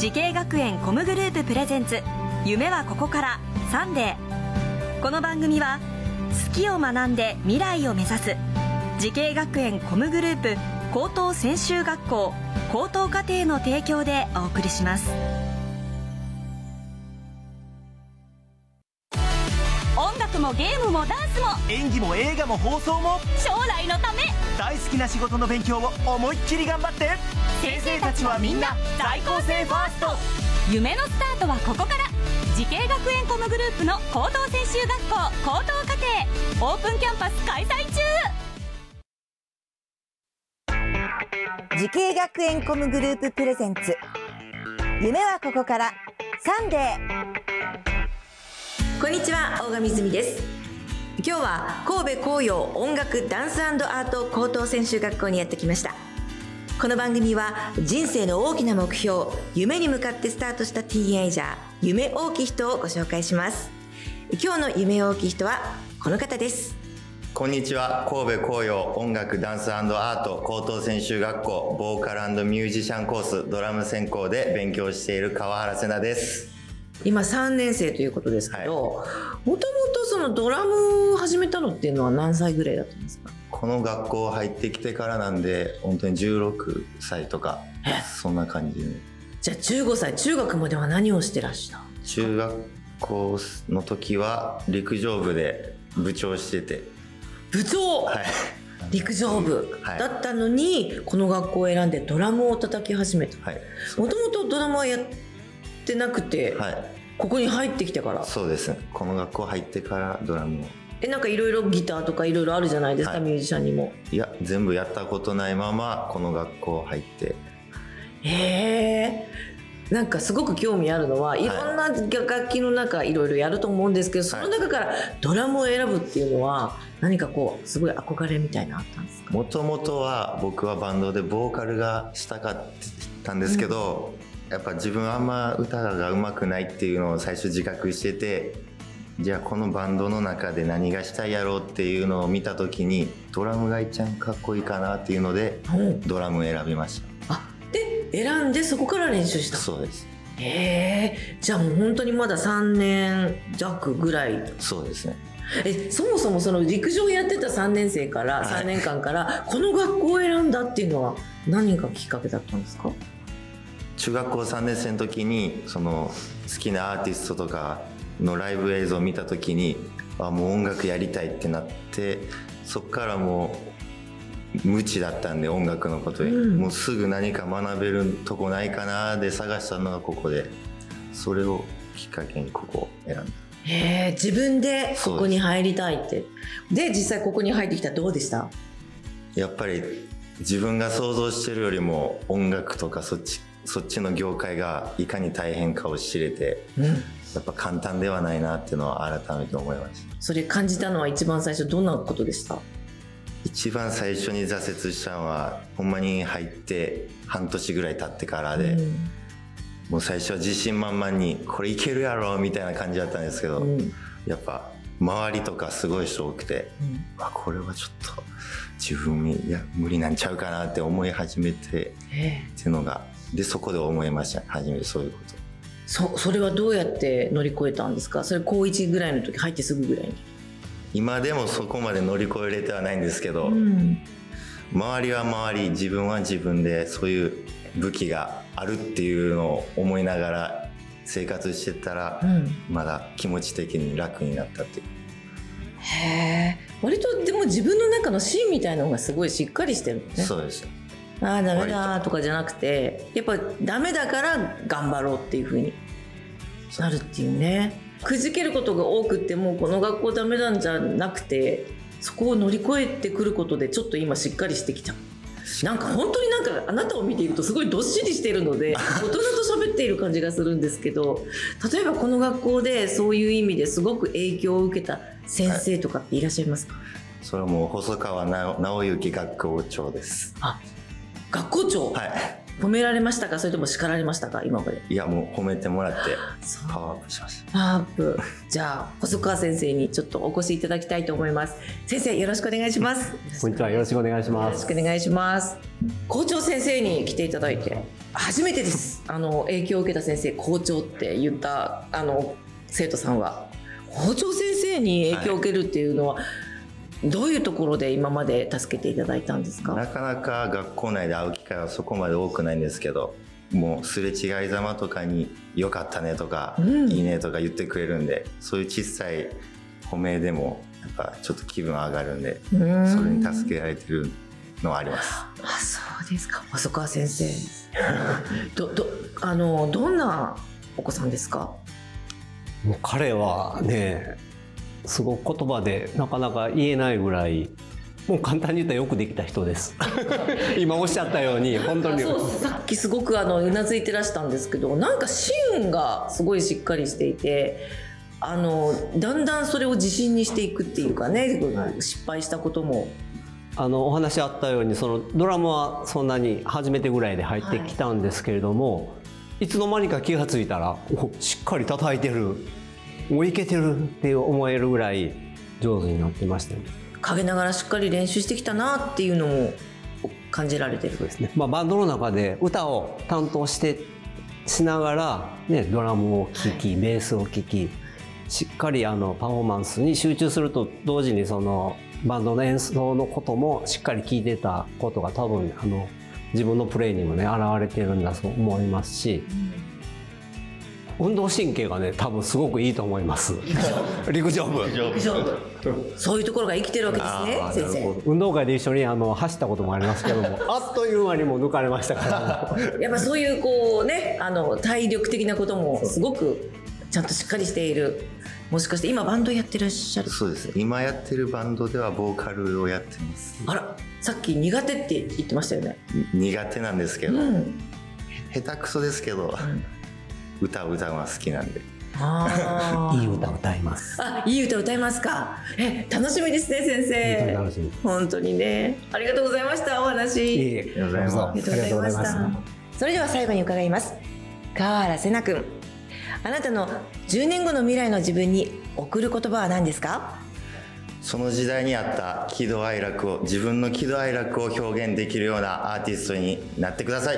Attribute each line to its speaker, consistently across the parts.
Speaker 1: 時系学園コムグループプレゼンツ夢はここからサンデー。この番組は好きを学んで未来を目指す時系学園コムグループ高等専修学校高等課程の提供でお送りします。音楽もゲームもダンスも
Speaker 2: 演技も映画も放送も
Speaker 1: 将来のため、
Speaker 2: 大好きな仕事の勉強を思いっきり頑張って。先生たちはみんな在校生ファースト。
Speaker 1: 夢のスタートはここから。時系学園コムグループの高等専修学校高等課程オープンキャンパス開催中。
Speaker 3: 時系学園コムグループプレゼンツ夢はここからサンデー。こんにちは、大神泉です。今日は神戸紅葉音楽ダンス&アート高等専修学校にやってきました。この番組は人生の大きな目標、夢に向かってスタートしたティーンエイジャー、夢大きい人をご紹介します。今日の夢大きい人はこの方です。
Speaker 4: こんにちは、神戸紅葉音楽ダンス&アート高等専修学校ボーカル&ミュージシャンコースドラム専攻で勉強している川原瀬奈です。
Speaker 3: 今3年生ということですけど、もともとそのドラムを始めたのっていうのは何歳ぐらいだったんですか？
Speaker 4: この学校入ってきてからなんで本当に16歳とかそんな感じに。
Speaker 3: じゃあ15歳、中学までは何をしてらっしゃる？
Speaker 4: 中学校の時は陸上部で部長してて。
Speaker 3: 部長、はい、陸上部だったのに、はい、この学校を選んでドラムを叩き始めた。もともとドラムはやってなくて、はい、ここに入ってきてから。
Speaker 4: そうです。この学校入ってからドラムを。
Speaker 3: なんかいろいろギターとかいろいろあるじゃないですか、はい、ミュージシャンにも。
Speaker 4: いや、全部やったことないままこの学校入って。
Speaker 3: なんかすごく興味あるのは、いろんな楽器の中いろいろやると思うんですけど、その中からドラムを選ぶっていうのは何かこうすごい憧れみたいなのあったんですか？
Speaker 4: もともとは僕はバンドでボーカルがしたかったんですけど、やっぱ自分あんま歌が上手くないっていうのを最初自覚してて、じゃあこのバンドの中で何がしたいやろうっていうのを見た時にドラムが一番かっこいいかなっていうので、ドラムを選びました。
Speaker 3: で選んでそこから練習した。
Speaker 4: そうです。
Speaker 3: じゃあもう本当にまだ3年弱ぐらい。
Speaker 4: そうですね。
Speaker 3: そもそもその陸上やってた3年生から3年間からこの学校を選んだっていうのは何がきっかけだったんですか？
Speaker 4: 中学校3年生の時にその好きなアーティストとかのライブ映像を見た時に、もう音楽やりたいってなって、そっからもう無知だったんで音楽のことで、もうすぐ何か学べるとこないかなで探したのがここで、それをきっかけにここを選んだ。
Speaker 3: 自分でここに入りたいって。で実際ここに入ってきたらどうでした？
Speaker 4: やっぱり自分が想像してるよりも音楽とかそっちの業界がいかに大変かを知れて、やっぱ簡単ではないなっていうのは改めて思いました。
Speaker 3: それ感じたのは一番最初どんなことでした？
Speaker 4: 一番最初に挫折したのはほんまに入って半年ぐらい経ってからで、もう最初は自信満々にこれいけるやろみたいな感じだったんですけど、やっぱ周りとかすごい人多くて、これはちょっと自分に無理なんちゃうかなって思い始めてっていうのが、でそこで思いました。初めてそういうこと。
Speaker 3: それはどうやって乗り越えたんですか？それ高1ぐらいの時、入ってすぐぐらいに。
Speaker 4: 今でもそこまで乗り越えれてはないんですけど、周りは周り、自分は自分でそういう武器があるっていうのを思いながら生活してたら、まだ気持ち的に楽になったっていう。
Speaker 3: 割とでも自分の中の芯みたいなのがすごいしっかりしてるね。
Speaker 4: そうです。
Speaker 3: ダメだとかじゃなくて、やっぱダメだから頑張ろうっていう風になるっていうね。くじけることが多くってもこの学校ダメなんじゃなくて、そこを乗り越えてくることでちょっと今しっかりしてきた。なんか本当になんかあなたを見ているとすごいどっしりしているので大人と喋っている感じがするんですけど、例えばこの学校でそういう意味ですごく影響を受けた先生とかっていらっしゃいますか？
Speaker 4: それはもう細川直之学校長です。
Speaker 3: 学校長。 褒められましたか、それとも叱られましたか、今まで。
Speaker 4: いやもう褒めてもらってパワーアップしました。
Speaker 3: パワーアップ。じゃあ細川先生にちょっとお越しいただきたいと思います。先生よろしくお願いします。
Speaker 5: こんにちは、よろしくお願いします。
Speaker 3: よろしくお願いします。校長先生に来ていただいて初めてです。影響を受けた先生、校長って言った生徒さんは、校長先生に影響を受けるっていうのは、どういうところで今まで助けていただいたんですか？
Speaker 4: なかなか学校内で会う機会はそこまで多くないんですけど、もうすれ違いざまとかに良かったねとか、いいねとか言ってくれるんで、そういう小さい褒めでもやっぱちょっと気分上がるんで、それに助けられてるのはあります。
Speaker 3: そうですか。細川先生どんなお子さんですか？
Speaker 5: もう彼はね、すごく言葉でなかなか言えないぐらい、もう簡単に言ったらよくできた人です今おっしゃったように本当に
Speaker 3: さっきすごくうなずいてらしたんですけど、なんか心運がすごいしっかりしていて、だんだんそれを自信にしていくっていうかね、失敗したことも
Speaker 5: お話あったように、そのドラムはそんなに初めてぐらいで入ってきたんですけれども、いつの間にか気がついたらしっかり叩いてる、もういけてるって思えるぐらい上手になってましたね。
Speaker 3: 陰ながらしっかり練習してきたなっていうのも感じられてる。
Speaker 5: そうですね。バンドの中で歌を担当しながら、ね、ドラムを聴きベースを聴き、しっかりパフォーマンスに集中すると同時にそのバンドの演奏のこともしっかり聴いてたことが多分自分のプレーにもね現れてるんだと思いますし、運動神経がね多分すごくいいと思います。陸上部
Speaker 3: そういうところが生きてるわけですね、先生。
Speaker 5: 運動会で一緒に走ったこともありますけどもあっという間にも抜かれましたから
Speaker 3: やっぱそういう体力的なこともすごくちゃんとしっかりしている。もしかして今バンドやってらっしゃる？
Speaker 4: そうですね、今やってるバンドではボーカルをやってます。
Speaker 3: あら、さっき苦手って言ってましたよね。
Speaker 4: 苦手なんですけど、下手くそですけど、歌を歌うのは好きなんで。
Speaker 5: いい歌歌います。
Speaker 3: いい歌歌いますか。楽しみですね、先生。
Speaker 5: 楽しみ。
Speaker 3: 本当にね、ありがとうございました。お話。
Speaker 5: ありがとうございます。
Speaker 3: ありがとうございました。それでは最後に伺います。川原瀬名君、あなたの10年後の未来の自分に贈る言葉は何ですか？
Speaker 4: その時代にあった喜怒哀楽を、自分の喜怒哀楽を表現できるようなアーティストになってください。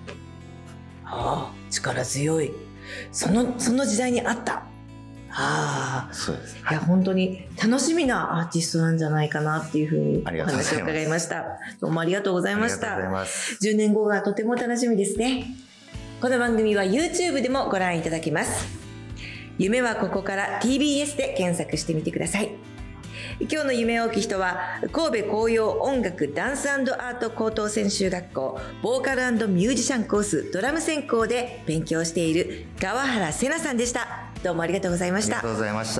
Speaker 3: 力強い。その時代にあった。
Speaker 4: そうです。
Speaker 3: いや本当に楽しみなアーティストなんじゃないかなっていうふうにお話を伺いました。どうもありがとうございました。10年後がとても楽しみですね。この番組は YouTube でもご覧いただけます。夢はここから TBS で検索してみてください。今日の夢大きい人は神戸紅葉音楽ダンス&アート高等専修学校ボーカル&ミュージシャンコースドラム専攻で勉強している川原瀬名さんでした。どうもありがとうございました。
Speaker 4: ありがとうございました。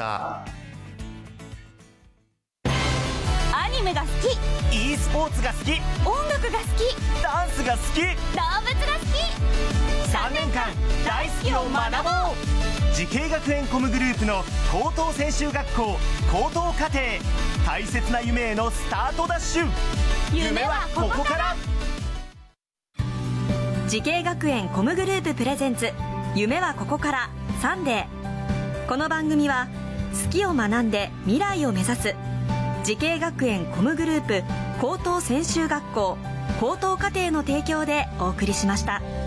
Speaker 1: アニメが好き、
Speaker 2: e スポーツが好き、
Speaker 1: 音楽が好き、
Speaker 2: ダンスが好き、
Speaker 1: 動物が好き、
Speaker 2: 3年間大好きを学ぼう。慈恵学園コムグループの高等専修学校高等課程、大切な夢へのスタートダッシュ。夢はここから。
Speaker 1: 慈恵学園コムグループプレゼンツ夢はここからサンデー。この番組は好きを学んで未来を目指す慈恵学園コムグループ高等専修学校高等課程の提供でお送りしました。